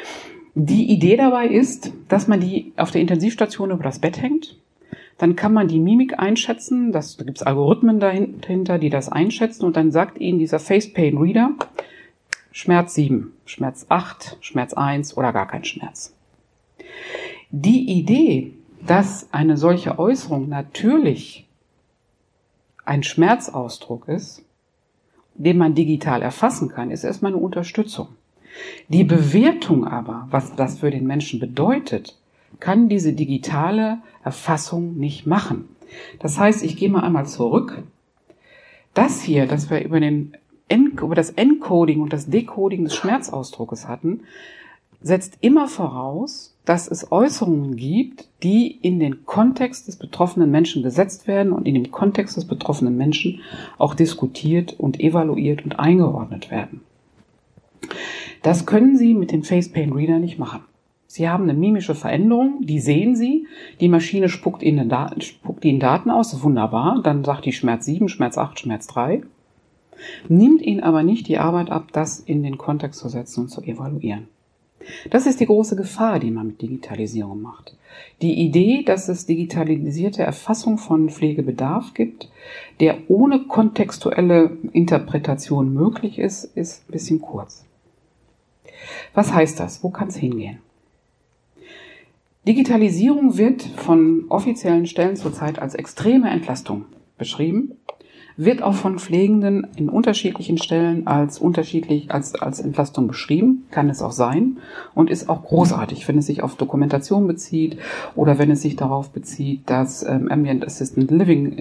Speaker 3: Die Idee dabei ist, dass man die auf der Intensivstation über das Bett hängt. Dann kann man die Mimik einschätzen. Da gibt es Algorithmen dahinter, die das einschätzen. Und dann sagt Ihnen dieser Face Pain Reader, Schmerz 7, Schmerz 8, Schmerz 1 oder gar kein Schmerz. Die Idee, dass eine solche Äußerung natürlich ein Schmerzausdruck ist, den man digital erfassen kann, ist erstmal eine Unterstützung. Die Bewertung aber, was das für den Menschen bedeutet, kann diese digitale Erfassung nicht machen. Das heißt, ich gehe mal einmal zurück. Das hier, das wir über das Encoding und das Decoding des Schmerzausdruckes hatten, setzt immer voraus, dass es Äußerungen gibt, die in den Kontext des betroffenen Menschen gesetzt werden und in dem Kontext des betroffenen Menschen auch diskutiert und evaluiert und eingeordnet werden. Das können Sie mit dem FacePaint Reader nicht machen. Sie haben eine mimische Veränderung, die sehen Sie, die Maschine spuckt Ihnen Daten aus, wunderbar, dann sagt die Schmerz 7, Schmerz 8, Schmerz 3, nimmt Ihnen aber nicht die Arbeit ab, das in den Kontext zu setzen und zu evaluieren. Das ist die große Gefahr, die man mit Digitalisierung macht. Die Idee, dass es digitalisierte Erfassung von Pflegebedarf gibt, der ohne kontextuelle Interpretation möglich ist, ist ein bisschen kurz. Was heißt das? Wo kann es hingehen? Digitalisierung wird von offiziellen Stellen zurzeit als extreme Entlastung beschrieben, wird auch von Pflegenden in unterschiedlichen Stellen als Entlastung beschrieben, kann es auch sein und ist auch großartig, wenn es sich auf Dokumentation bezieht oder wenn es sich darauf bezieht, dass Ambient Assistant Living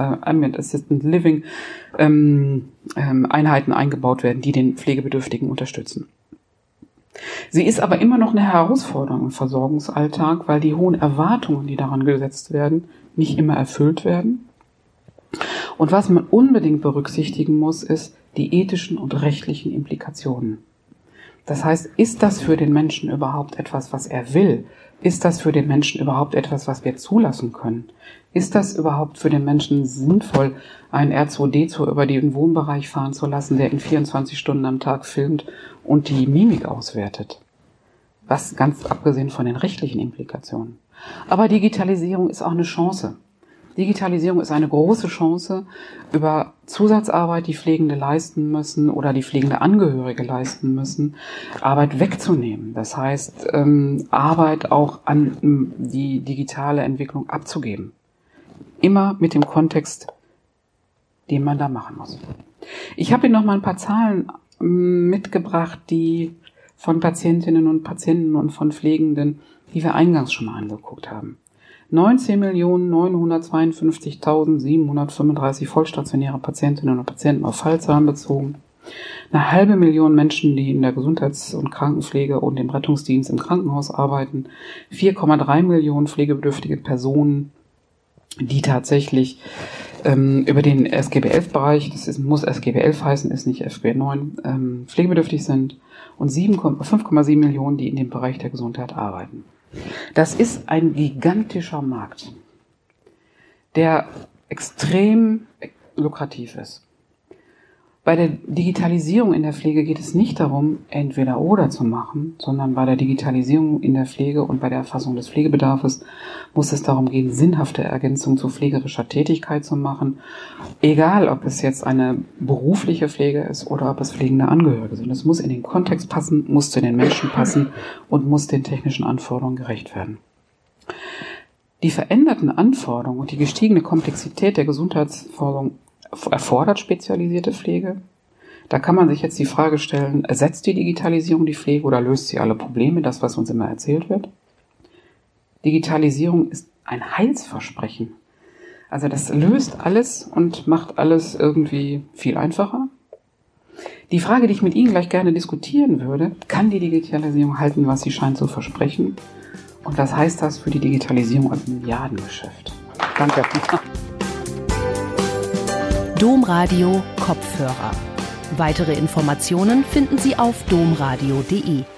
Speaker 3: Einheiten eingebaut werden, die den Pflegebedürftigen unterstützen. Sie ist aber immer noch eine Herausforderung im Versorgungsalltag, weil die hohen Erwartungen, die daran gesetzt werden, nicht immer erfüllt werden. Und was man unbedingt berücksichtigen muss, ist die ethischen und rechtlichen Implikationen. Das heißt, ist das für den Menschen überhaupt etwas, was er will? Ist das für den Menschen überhaupt etwas, was wir zulassen können? Ist das überhaupt für den Menschen sinnvoll, einen R2D2 über den Wohnbereich fahren zu lassen, der in 24 Stunden am Tag filmt und die Mimik auswertet? Was ganz abgesehen von den rechtlichen Implikationen. Aber Digitalisierung ist auch eine Chance. Digitalisierung ist eine große Chance, über Zusatzarbeit, die Pflegende leisten müssen oder die pflegende Angehörige leisten müssen, Arbeit wegzunehmen. Das heißt, Arbeit auch an die digitale Entwicklung abzugeben. Immer mit dem Kontext, den man da machen muss. Ich habe Ihnen noch mal ein paar Zahlen mitgebracht, die von Patientinnen und Patienten und von Pflegenden, die wir eingangs schon mal angeguckt haben. 19.952.735 vollstationäre Patientinnen und Patienten auf Fallzahlen bezogen. 500.000 Menschen, die in der Gesundheits- und Krankenpflege und im Rettungsdienst im Krankenhaus arbeiten. 4,3 Millionen pflegebedürftige Personen, die tatsächlich über den SGB-11-Bereich, muss SGB-11 heißen, ist nicht FG9, pflegebedürftig sind. Und 5,7 Millionen, die in dem Bereich der Gesundheit arbeiten. Das ist ein gigantischer Markt, der extrem lukrativ ist. Bei der Digitalisierung in der Pflege geht es nicht darum, entweder oder zu machen, sondern bei der Digitalisierung in der Pflege und bei der Erfassung des Pflegebedarfs muss es darum gehen, sinnhafte Ergänzung zu pflegerischer Tätigkeit zu machen, egal ob es jetzt eine berufliche Pflege ist oder ob es pflegende Angehörige sind. Es muss in den Kontext passen, muss zu den Menschen passen und muss den technischen Anforderungen gerecht werden. Die veränderten Anforderungen und die gestiegene Komplexität der Gesundheitsversorgung erfordert spezialisierte Pflege. Da kann man sich jetzt die Frage stellen, ersetzt die Digitalisierung die Pflege oder löst sie alle Probleme, das, was uns immer erzählt wird? Digitalisierung ist ein Heilsversprechen. Also das löst alles und macht alles irgendwie viel einfacher. Die Frage, die ich mit Ihnen gleich gerne diskutieren würde, kann die Digitalisierung halten, was sie scheint zu versprechen? Und was heißt das für die Digitalisierung als Milliardengeschäft? Danke.
Speaker 1: Domradio Kopfhörer. Weitere Informationen finden Sie auf domradio.de.